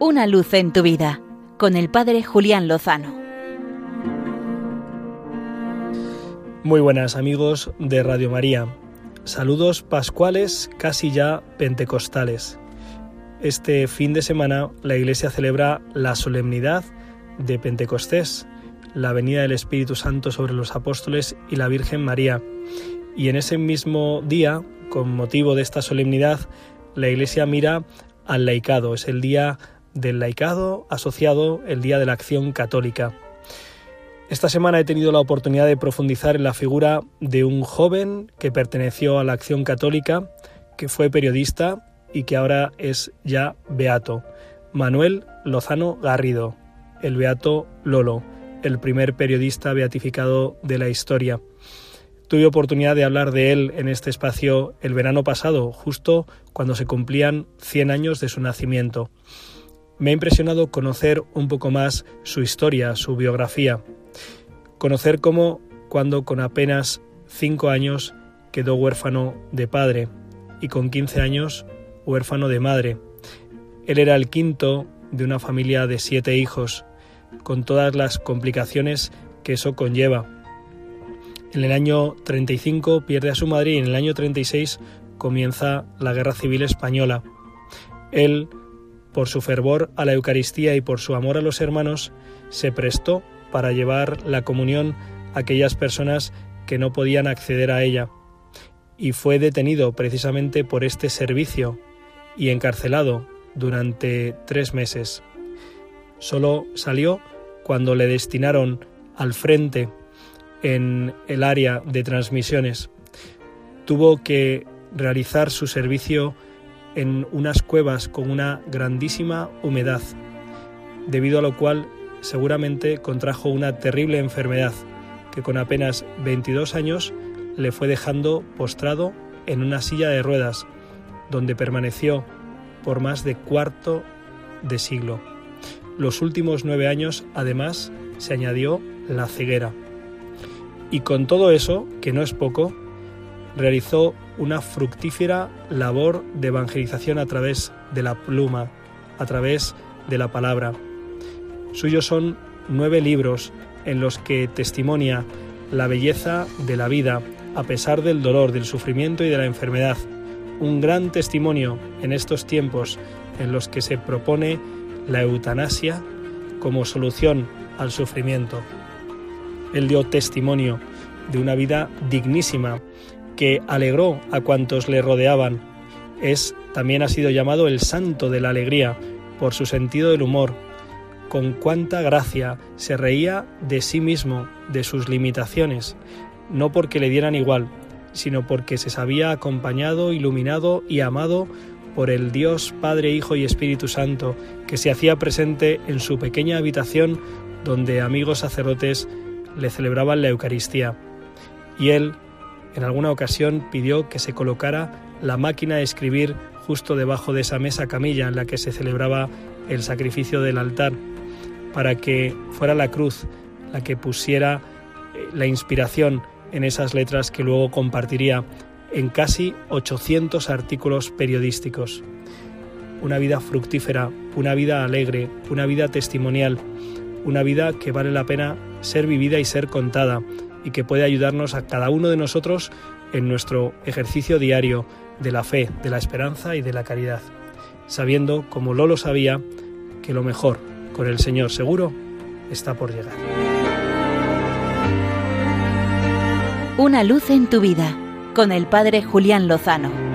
Una luz en tu vida, con el Padre Julián Lozano. Muy buenas amigos de Radio María. Saludos pascuales, casi ya pentecostales. Este fin de semana la Iglesia celebra la solemnidad de Pentecostés, la venida del Espíritu Santo sobre los apóstoles y la Virgen María. Y en ese mismo día, con motivo de esta solemnidad, la Iglesia mira al laicado. Es el día del laicado asociado, el día de la acción católica. Esta semana he tenido la oportunidad de profundizar en la figura de un joven que perteneció a la acción católica, que fue periodista y que ahora es ya beato, Manuel Lozano Garrido, el beato Lolo, el primer periodista beatificado de la historia. Tuve oportunidad de hablar de él en este espacio el verano pasado, justo cuando se cumplían 100 años de su nacimiento. Me ha impresionado conocer un poco más su historia, su biografía. Conocer cómo, cuando con apenas 5 años quedó huérfano de padre y con 15 años huérfano de madre. Él era el quinto de una familia de 7 hijos, con todas las complicaciones que eso conlleva. En el año 35 pierde a su madre y en el año 36 comienza la Guerra Civil Española. Él, por su fervor a la Eucaristía y por su amor a los hermanos, se prestó para llevar la comunión a aquellas personas que no podían acceder a ella. Y fue detenido precisamente por este servicio y encarcelado durante 3 meses. Solo salió cuando le destinaron al frente en el área de transmisiones. Tuvo que realizar su servicio en unas cuevas con una grandísima humedad, debido a lo cual seguramente contrajo una terrible enfermedad que con apenas 22 años le fue dejando postrado en una silla de ruedas, donde permaneció por más de cuarto de siglo. Los últimos 9 años, además, se añadió la ceguera. Y con todo eso, que no es poco, realizó una fructífera labor de evangelización a través de la pluma, a través de la palabra. Suyos son 9 libros en los que testimonia la belleza de la vida, a pesar del dolor, del sufrimiento y de la enfermedad. Un gran testimonio en estos tiempos en los que se propone la eutanasia como solución al sufrimiento. Él dio testimonio de una vida dignísima que alegró a cuantos le rodeaban. También ha sido llamado el santo de la alegría por su sentido del humor. Con cuánta gracia se reía de sí mismo, de sus limitaciones, no porque le dieran igual, sino porque se sabía acompañado, iluminado y amado por el Dios Padre, Hijo y Espíritu Santo, que se hacía presente en su pequeña habitación donde amigos sacerdotes le celebraban la Eucaristía. Y él, en alguna ocasión, pidió que se colocara la máquina de escribir justo debajo de esa mesa camilla en la que se celebraba el sacrificio del altar, para que fuera la cruz la que pusiera la inspiración en esas letras que luego compartiría en casi 800 artículos periodísticos. Una vida fructífera, una vida alegre, una vida testimonial, una vida que vale la pena ser vivida y ser contada, y que puede ayudarnos a cada uno de nosotros en nuestro ejercicio diario de la fe, de la esperanza y de la caridad, sabiendo, como Lolo sabía, que lo mejor con el Señor seguro está por llegar. Una luz en tu vida, con el Padre Julián Lozano.